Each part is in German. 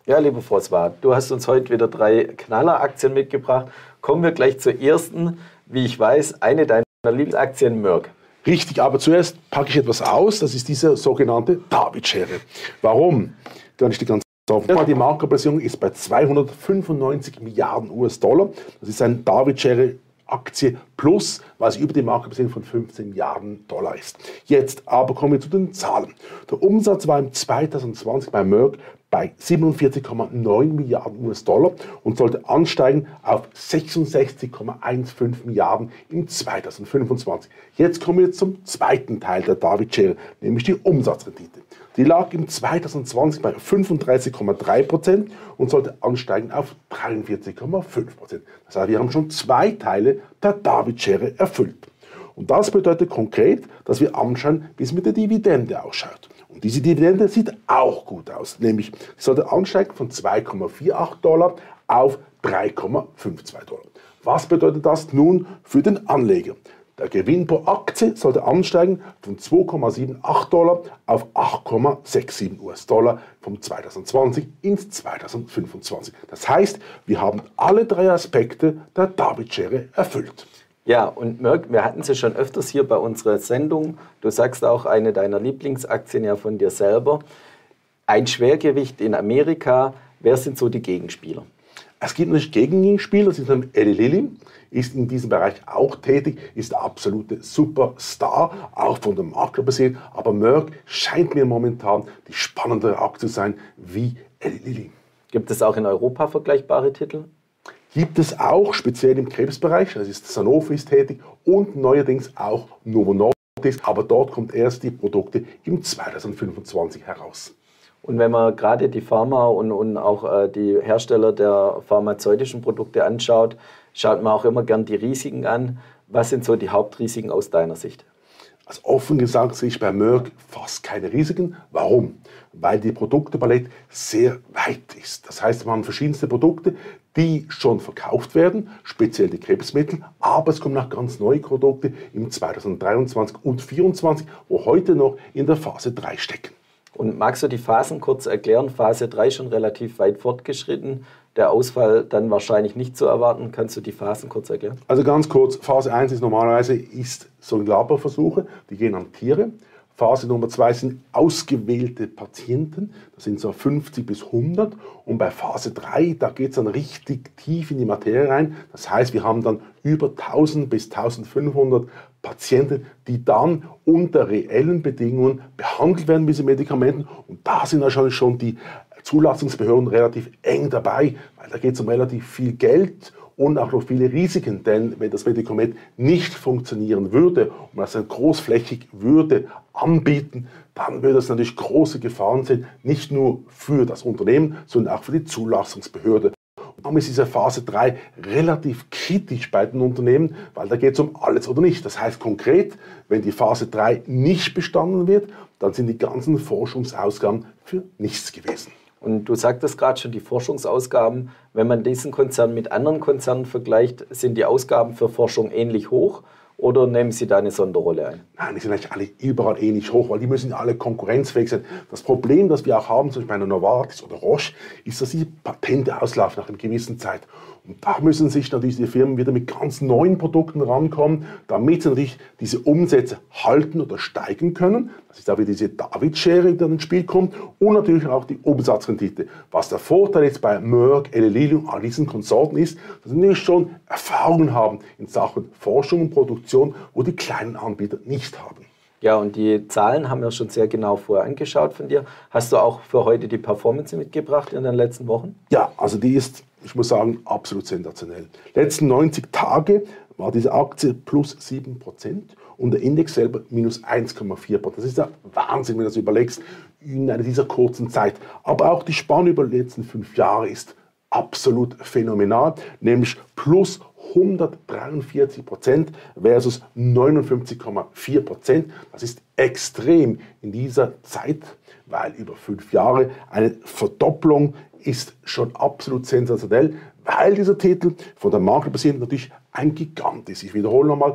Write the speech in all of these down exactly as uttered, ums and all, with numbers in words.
Ja, lieber François, du hast uns heute wieder drei Knalleraktien mitgebracht. Kommen wir gleich zur ersten, wie ich weiß, eine deiner Lieblingsaktien, Merck. Richtig, aber zuerst packe ich etwas aus, das ist diese sogenannte David-Schere. Warum? Gar nicht die ganze Die Marktkapitalisierung ist bei zweihundertfünfundneunzig Milliarden U S-Dollar. Das ist ein David-Schere Aktie plus, was über die Marktkapitalisierung von fünfzehn Milliarden Dollar ist. Jetzt aber kommen wir zu den Zahlen. Der Umsatz war im zweitausendzwanzig bei Merck bei siebenundvierzig Komma neun Milliarden U S-Dollar und sollte ansteigen auf sechsundsechzig Komma fünfzehn Milliarden im zweitausendfünfundzwanzig. Jetzt kommen wir zum zweiten Teil der David-Schere, nämlich die Umsatzrendite. Die lag im zweitausendzwanzig bei fünfunddreißig Komma drei Prozent und sollte ansteigen auf dreiundvierzig Komma fünf Prozent. Das heißt, wir haben schon zwei Teile der David-Schere erfüllt. Und das bedeutet konkret, dass wir anschauen, wie es mit der Dividende ausschaut. Und diese Dividende sieht auch gut aus, nämlich sie sollte ansteigen von zwei Komma achtundvierzig Dollar auf drei Komma zweiundfünfzig Dollar. Was bedeutet das nun für den Anleger? Der Gewinn pro Aktie sollte ansteigen von zwei Komma achtundsiebzig Dollar auf acht Komma siebenundsechzig U S-Dollar vom zweitausendzwanzig ins zweitausendfünfundzwanzig. Das heißt, wir haben alle drei Aspekte der David-Schere erfüllt. Ja, und Merck, wir hatten sie schon öfters hier bei unserer Sendung. Du sagst auch, eine deiner Lieblingsaktien ja von dir selber. Ein Schwergewicht in Amerika. Wer sind so die Gegenspieler? Es gibt natürlich Gegenspieler, das ist Eli Lilly, ist in diesem Bereich auch tätig, ist der absolute Superstar, auch von der Marktkapitalisierung. Aber Merck scheint mir momentan die spannendere Aktie zu sein wie Eli Lilly. Gibt es auch in Europa vergleichbare Titel? Gibt es auch, speziell im Krebsbereich, das ist Sanofi ist tätig und neuerdings auch Novo Nordisk, aber dort kommt erst die Produkte im zweitausendfünfundzwanzig heraus. Und wenn man gerade die Pharma und, und auch äh, die Hersteller der pharmazeutischen Produkte anschaut, schaut man auch immer gern die Risiken an. Was sind so die Hauptrisiken aus deiner Sicht? Also offen gesagt sehe ich bei Merck fast keine Risiken. Warum? Weil die Produktepalette sehr weit ist. Das heißt, wir haben verschiedenste Produkte, die schon verkauft werden, speziell die Krebsmittel, aber es kommen auch ganz neue Produkte im zweitausenddreiundzwanzig und zweitausendvierundzwanzig, wo heute noch in der Phase drei stecken. Und magst du die Phasen kurz erklären? Phase drei schon relativ weit fortgeschritten, der Ausfall dann wahrscheinlich nicht zu erwarten. Kannst du die Phasen kurz erklären? Also ganz kurz, Phase eins ist normalerweise ist so Laborversuche, die gehen an Tiere. Phase Nummer zwei sind ausgewählte Patienten, das sind so fünfzig bis hundert. Und bei Phase drei, da geht es dann richtig tief in die Materie rein. Das heißt, wir haben dann über tausend bis eintausendfünfhundert Patienten, die dann unter reellen Bedingungen behandelt werden mit diesen Medikamenten. Und da sind wahrscheinlich schon die Zulassungsbehörden relativ eng dabei, weil da geht es um relativ viel Geld und auch noch viele Risiken, denn wenn das Medikament nicht funktionieren würde und man es dann großflächig würde anbieten, dann würde es natürlich große Gefahren sein, nicht nur für das Unternehmen, sondern auch für die Zulassungsbehörde. Und darum ist diese Phase drei relativ kritisch bei den Unternehmen, weil da geht es um alles oder nicht. Das heißt konkret, wenn die Phase drei nicht bestanden wird, dann sind die ganzen Forschungsausgaben für nichts gewesen. Und du sagtest gerade schon, die Forschungsausgaben, wenn man diesen Konzern mit anderen Konzernen vergleicht, sind die Ausgaben für Forschung ähnlich hoch oder nehmen sie da eine Sonderrolle ein? Nein, die sind eigentlich alle überall ähnlich hoch, weil die müssen alle konkurrenzfähig sein. Das Problem, das wir auch haben, zum Beispiel bei einer Novartis oder Roche, ist, dass die Patente auslaufen nach einer gewissen Zeit. Und da müssen sich natürlich die Firmen wieder mit ganz neuen Produkten rankommen, damit sie natürlich diese Umsätze halten oder steigen können. Das ist auch wieder diese David-Schere, die dann ins Spiel kommt. Und natürlich auch die Umsatzrendite. Was der Vorteil jetzt bei Merck, Eli Lilly und all diesen Konsorten ist, dass sie natürlich schon Erfahrungen haben in Sachen Forschung und Produktion, wo die kleinen Anbieter nicht haben. Ja, und die Zahlen haben wir schon sehr genau vorher angeschaut von dir. Hast du auch für heute die Performance mitgebracht in den letzten Wochen? Ja, also die ist, ich muss sagen, absolut sensationell. Letzten neunzig Tage war diese Aktie plus sieben Prozent und der Index selber minus eins Komma vier Prozent. Das ist ja Wahnsinn, wenn du das überlegst, in einer dieser kurzen Zeit. Aber auch die Spanne über die letzten fünf Jahre ist absolut phänomenal, nämlich plus hundertdreiundvierzig Prozent versus neunundfünfzig Komma vier Prozent. Das ist extrem in dieser Zeit, weil über fünf Jahre eine Verdopplung ist schon absolut sensationell, weil dieser Titel von der Marktkapitalisierung natürlich ein Gigant ist. Ich wiederhole nochmal,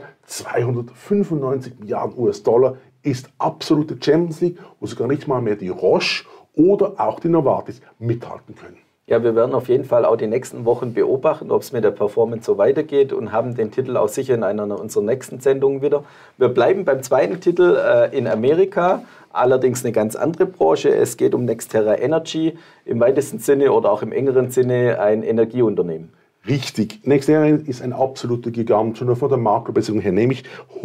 zweihundertfünfundneunzig Milliarden U S-Dollar ist absolute Champions League, wo sogar nicht mal mehr die Roche oder auch die Novartis mithalten können. Ja, wir werden auf jeden Fall auch die nächsten Wochen beobachten, ob es mit der Performance so weitergeht und haben den Titel auch sicher in einer unserer nächsten Sendungen wieder. Wir bleiben beim zweiten Titel äh, in Amerika, allerdings eine ganz andere Branche. Es geht um NextEra Energy, im weitesten Sinne oder auch im engeren Sinne ein Energieunternehmen. Richtig. NextEra ist ein absoluter Gigant, schon nur von der Marktkapitalisierung her, nämlich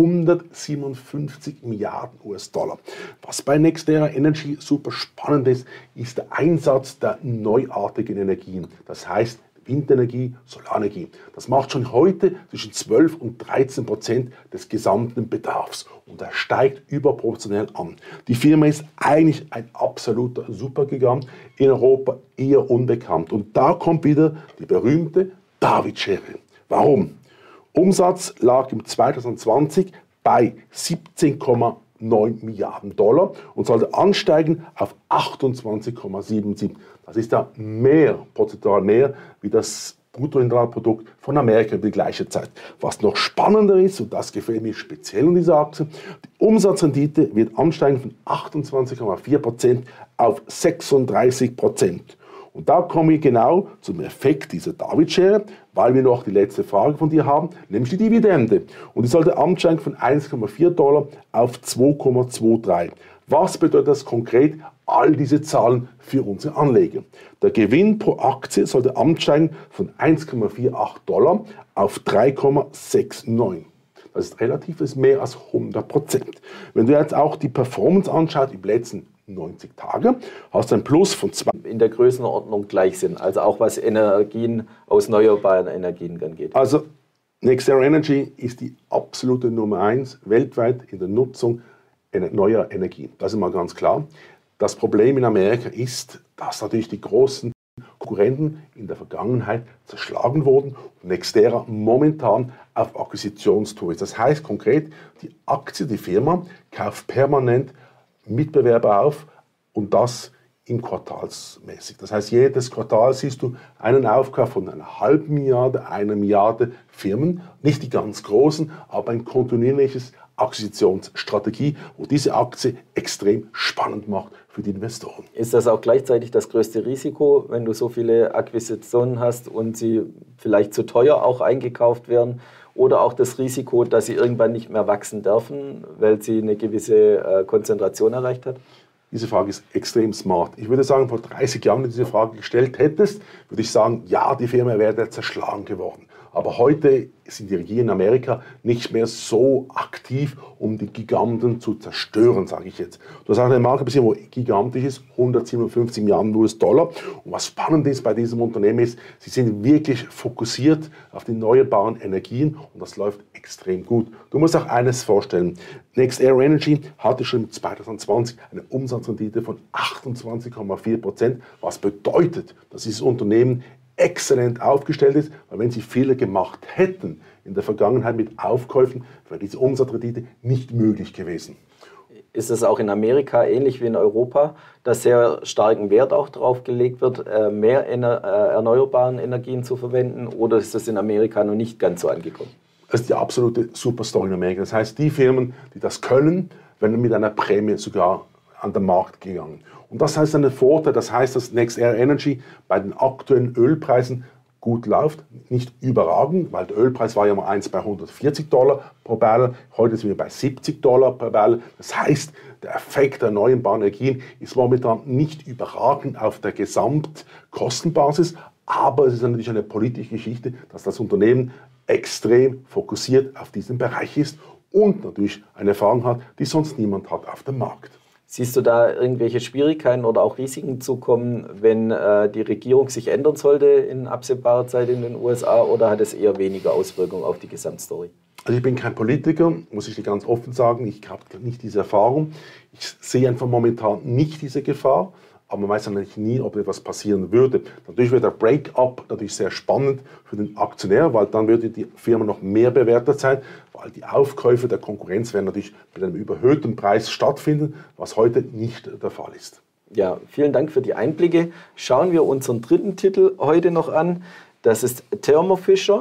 hundertsiebenundfünfzig Milliarden U S-Dollar. Was bei NextEra Energy super spannend ist, ist der Einsatz der neuartigen Energien. Das heißt Windenergie, Solarenergie. Das macht schon heute zwischen zwölf und dreizehn Prozent des gesamten Bedarfs und er steigt überproportional an. Die Firma ist eigentlich ein absoluter Supergigant, in Europa eher unbekannt. Und da kommt wieder die berühmte David-Schere. Warum? Umsatz lag im zweitausendzwanzig bei siebzehn Komma neun Milliarden Dollar und sollte ansteigen auf achtundzwanzig Komma siebenundsiebzig. Das ist ja mehr, prozentual mehr, wie das Bruttoinlandsprodukt von Amerika über die gleiche Zeit. Was noch spannender ist, und das gefällt mir speziell in dieser Achse, die Umsatzrendite wird ansteigen von achtundzwanzig Komma vier Prozent auf sechsunddreißig Prozent. Und da komme ich genau zum Effekt dieser David-Schere, weil wir noch die letzte Frage von dir haben, nämlich die Dividende. Und die sollte ansteigen von eins Komma vier Dollar auf zwei Komma dreiundzwanzig. Was bedeutet das konkret? All diese Zahlen für unsere Anleger. Der Gewinn pro Aktie sollte ansteigen von eins Komma achtundvierzig Dollar auf drei Komma neunundsechzig. Das ist relativ, das ist mehr als hundert Prozent. Wenn du jetzt auch die Performance anschaust im letzten neunzig Tage, hast du ein Plus von zwei. In der Größenordnung gleich sind, also auch was Energien aus erneuerbaren Energien angeht. Also NextEra Energy ist die absolute Nummer eins weltweit in der Nutzung neuer Energien. Das ist mal ganz klar. Das Problem in Amerika ist, dass natürlich die großen Konkurrenten in der Vergangenheit zerschlagen wurden und NextEra momentan auf Akquisitionstour ist. Das heißt konkret, die Aktie, die Firma, kauft permanent Mitbewerber auf und das im quartalsmäßig. Das heißt, jedes Quartal siehst du einen Aufkauf von einer halben Milliarde, einer Milliarde Firmen, nicht die ganz großen, aber ein kontinuierliches Akquisitionsstrategie, wo diese Aktie extrem spannend macht für die Investoren. Ist das auch gleichzeitig das größte Risiko, wenn du so viele Akquisitionen hast und sie vielleicht zu teuer auch eingekauft werden? Oder auch das Risiko, dass sie irgendwann nicht mehr wachsen dürfen, weil sie eine gewisse äh, Konzentration erreicht hat? Diese Frage ist extrem smart. Ich würde sagen, vor dreißig Jahren, wenn du diese Frage gestellt hättest, würde ich sagen, ja, die Firma wäre zerschlagen geworden. Aber heute sind die Regierungen in Amerika nicht mehr so aktiv, um die Giganten zu zerstören, sage ich jetzt. Du hast auch eine Marktkapitalisierung, wo gigantisch ist, hundertsiebenundfünfzig Milliarden U S-Dollar. Und was spannend ist bei diesem Unternehmen ist, sie sind wirklich fokussiert auf die erneuerbaren Energien und das läuft extrem gut. Du musst auch eines vorstellen, NextEra Energy hatte schon zweitausendzwanzig eine Umsatzrendite von achtundzwanzig Komma vier Prozent, was bedeutet, dass dieses Unternehmen exzellent aufgestellt ist, weil wenn sie Fehler gemacht hätten in der Vergangenheit mit Aufkäufen, wäre diese Umsatzrendite nicht möglich gewesen. Ist es auch in Amerika ähnlich wie in Europa, dass sehr starken Wert auch darauf gelegt wird, mehr erneuerbaren Energien zu verwenden, oder ist das in Amerika noch nicht ganz so angekommen? Das ist die absolute Superstory in Amerika. Das heißt, die Firmen, die das können, werden mit einer Prämie sogar an den Markt gegangen. Und das heißt einen Vorteil, das heißt, dass NextEra Energy bei den aktuellen Ölpreisen gut läuft, nicht überragend, weil der Ölpreis war ja mal eins bei hundertvierzig Dollar pro Barrel, heute sind wir bei siebzig Dollar pro Barrel. Das heißt, der Effekt der erneuerbaren Energien ist momentan nicht überragend auf der Gesamtkostenbasis, aber es ist natürlich eine politische Geschichte, dass das Unternehmen extrem fokussiert auf diesen Bereich ist und natürlich eine Erfahrung hat, die sonst niemand hat auf dem Markt. Siehst du da irgendwelche Schwierigkeiten oder auch Risiken zukommen, wenn äh, die Regierung sich ändern sollte in absehbarer Zeit in den U S A, oder hat es eher weniger Auswirkungen auf die Gesamtstory? Also ich bin kein Politiker, muss ich dir ganz offen sagen. Ich habe nicht diese Erfahrung. Ich sehe einfach momentan nicht diese Gefahr. Aber man weiß natürlich nie, ob etwas passieren würde. Natürlich wäre der Break-up natürlich sehr spannend für den Aktionär, weil dann würde die Firma noch mehr bewertet sein, weil die Aufkäufe der Konkurrenz werden natürlich mit einem überhöhten Preis stattfinden, was heute nicht der Fall ist. Ja, vielen Dank für die Einblicke. Schauen wir unseren dritten Titel heute noch an. Das ist Thermo Fisher.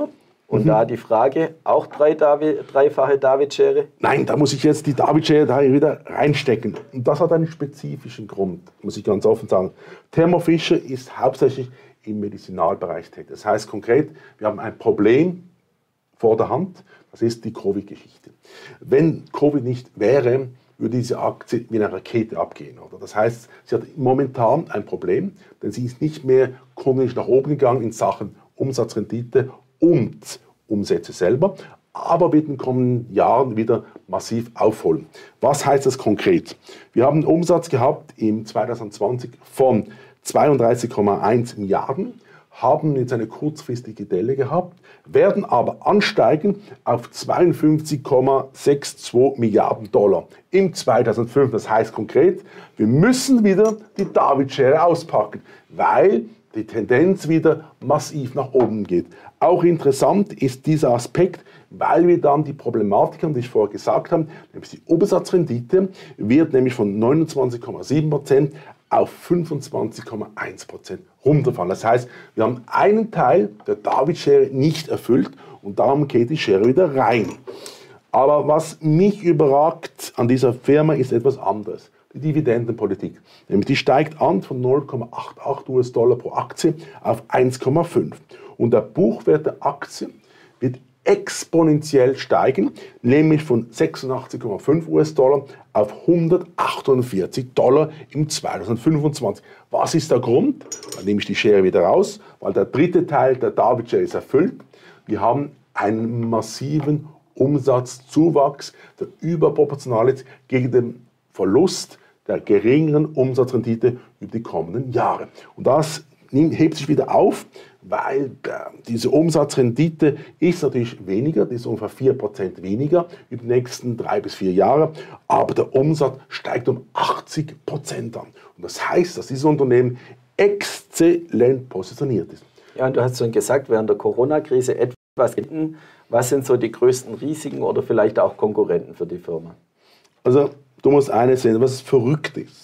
Und Mhm. da die Frage, auch drei Davi- dreifache David-Schere? Nein, da muss ich jetzt die David-Schere da wieder reinstecken. Und das hat einen spezifischen Grund, muss ich ganz offen sagen. Thermo Fisher ist hauptsächlich im Medizinalbereich tätig. Das heißt konkret, wir haben ein Problem vor der Hand, das ist die Covid-Geschichte. Wenn Covid nicht wäre, würde diese Aktie wie eine Rakete abgehen. Oder? Das heißt, sie hat momentan ein Problem, denn sie ist nicht mehr kontinuierlich nach oben gegangen in Sachen Umsatzrendite und Umsätze selber, aber wird in den kommenden Jahren wieder massiv aufholen. Was heißt das konkret? Wir haben einen Umsatz gehabt im zwanzig zwanzig von zweiunddreißig Komma eins Milliarden, haben jetzt eine kurzfristige Delle gehabt, werden aber ansteigen auf zweiundfünfzig Komma zweiundsechzig Milliarden Dollar im zweitausendfünf. Das heißt konkret, wir müssen wieder die David-Schere auspacken, weil die Tendenz wieder massiv nach oben geht. Auch interessant ist dieser Aspekt, weil wir dann die Problematik haben, die ich vorher gesagt habe, nämlich die Umsatzrendite wird nämlich von neunundzwanzig Komma sieben Prozent auf fünfundzwanzig Komma eins Prozent runterfallen. Das heißt, wir haben einen Teil der David-Schere nicht erfüllt und darum geht die Schere wieder rein. Aber was mich überragt an dieser Firma ist etwas anderes. Die Dividendenpolitik. Nämlich die steigt an von null Komma achtundachtzig US-Dollar pro Aktie auf eins Komma fünf. Und der Buchwert der Aktie wird exponentiell steigen, nämlich von sechsundachtzig Komma fünf US-Dollar auf hundertachtundvierzig Dollar im zweitausendfünfundzwanzig. Was ist der Grund? Dann nehme ich die Schere wieder raus, weil der dritte Teil der David-Schere ist erfüllt. Wir haben einen massiven Umsatzzuwachs, der überproportional ist gegen den Verlust der geringeren Umsatzrendite über die kommenden Jahre. Und das hebt sich wieder auf, weil der, diese Umsatzrendite ist natürlich weniger, die ist ungefähr vier Prozent weniger über die nächsten drei bis vier Jahre, aber der Umsatz steigt um achtzig Prozent an. Und das heißt, dass dieses Unternehmen exzellent positioniert ist. Ja, und du hast schon gesagt, während der Corona-Krise etwas hinten. Was sind so die größten Risiken oder vielleicht auch Konkurrenten für die Firma? Also, du musst eines sehen, was verrückt ist.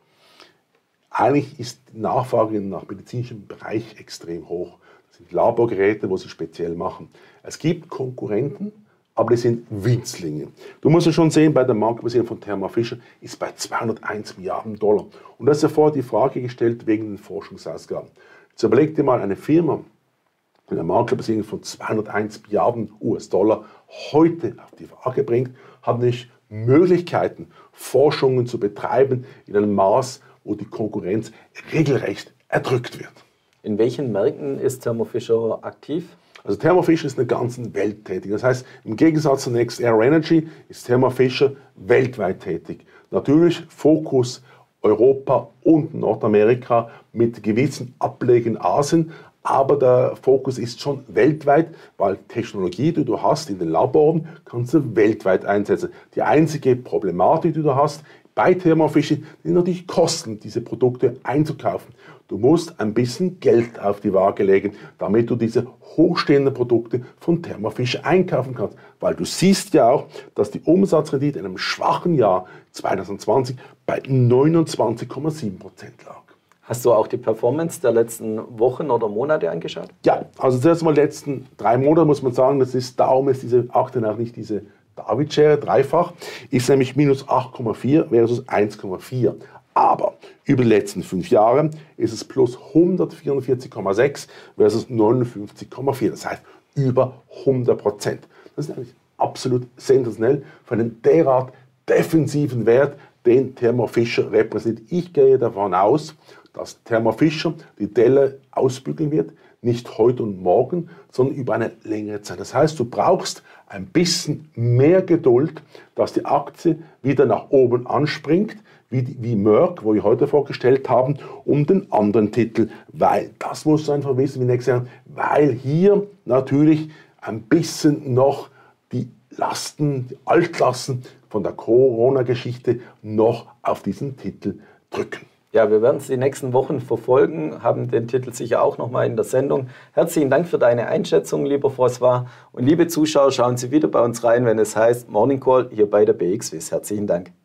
Eigentlich ist die Nachfrage nach medizinischem Bereich extrem hoch. Das sind Laborgeräte, wo sie speziell machen. Es gibt Konkurrenten, aber die sind Winzlinge. Du musst ja schon sehen, bei der Marktbasierung von Thermo Fisher ist bei zweihunderteins Milliarden Dollar. Und du hast ja vorher die Frage gestellt wegen den Forschungsausgaben. Jetzt überleg dir mal eine Firma mit einer Marktbasierung von zweihunderteins Milliarden US-Dollar heute auf die Waage bringt, hat nicht Möglichkeiten, Forschungen zu betreiben in einem Maß, wo die Konkurrenz regelrecht erdrückt wird. In welchen Märkten ist Thermo Fisher aktiv? Also Thermo Fisher ist in der ganzen Welt tätig. Das heißt, im Gegensatz zu Next Air Energy ist Thermo Fisher weltweit tätig. Natürlich Fokus Europa und Nordamerika mit gewissen Ablegern in Asien, aber der Fokus ist schon weltweit, weil Technologie, die du hast in den Laboren, kannst du weltweit einsetzen. Die einzige Problematik, die du hast bei Thermo Fisher, sind natürlich Kosten, diese Produkte einzukaufen. Du musst ein bisschen Geld auf die Waage legen, damit du diese hochstehenden Produkte von Thermo Fisher einkaufen kannst. Weil du siehst ja auch, dass die Umsatzrendite in einem schwachen Jahr zwanzig zwanzig bei neunundzwanzig Komma sieben Prozent lag. Hast du auch die Performance der letzten Wochen oder Monate angeschaut? Ja, also zuerst mal die letzten drei Monate muss man sagen, das ist, darum ist diese Aktie auch nicht diese David-Schere, dreifach, ist nämlich minus acht Komma vier versus eins Komma vier. Aber über die letzten fünf Jahre ist es plus hundertvierundvierzig Komma sechs versus neunundfünfzig Komma vier. Das heißt über hundert Prozent. Das ist eigentlich absolut sensationell für einen derart defensiven Wert, den Thermo Fisher repräsentiert. Ich gehe davon aus, dass Thermo Fisher die Delle ausbügeln wird, nicht heute und morgen, sondern über eine längere Zeit. Das heißt, du brauchst ein bisschen mehr Geduld, dass die Aktie wieder nach oben anspringt, wie, wie Merck, wo wir heute vorgestellt haben, und den anderen Titel, weil das musst du einfach wissen, wie nächstes Jahr, weil hier natürlich ein bisschen noch die Lasten, die Altlasten von der Corona-Geschichte noch auf diesen Titel drücken. Ja, wir werden es die nächsten Wochen verfolgen, haben den Titel sicher auch nochmal in der Sendung. Herzlichen Dank für deine Einschätzung, lieber François. Und liebe Zuschauer, schauen Sie wieder bei uns rein, wenn es heißt Morning Call hier bei der B X Wiss. Herzlichen Dank.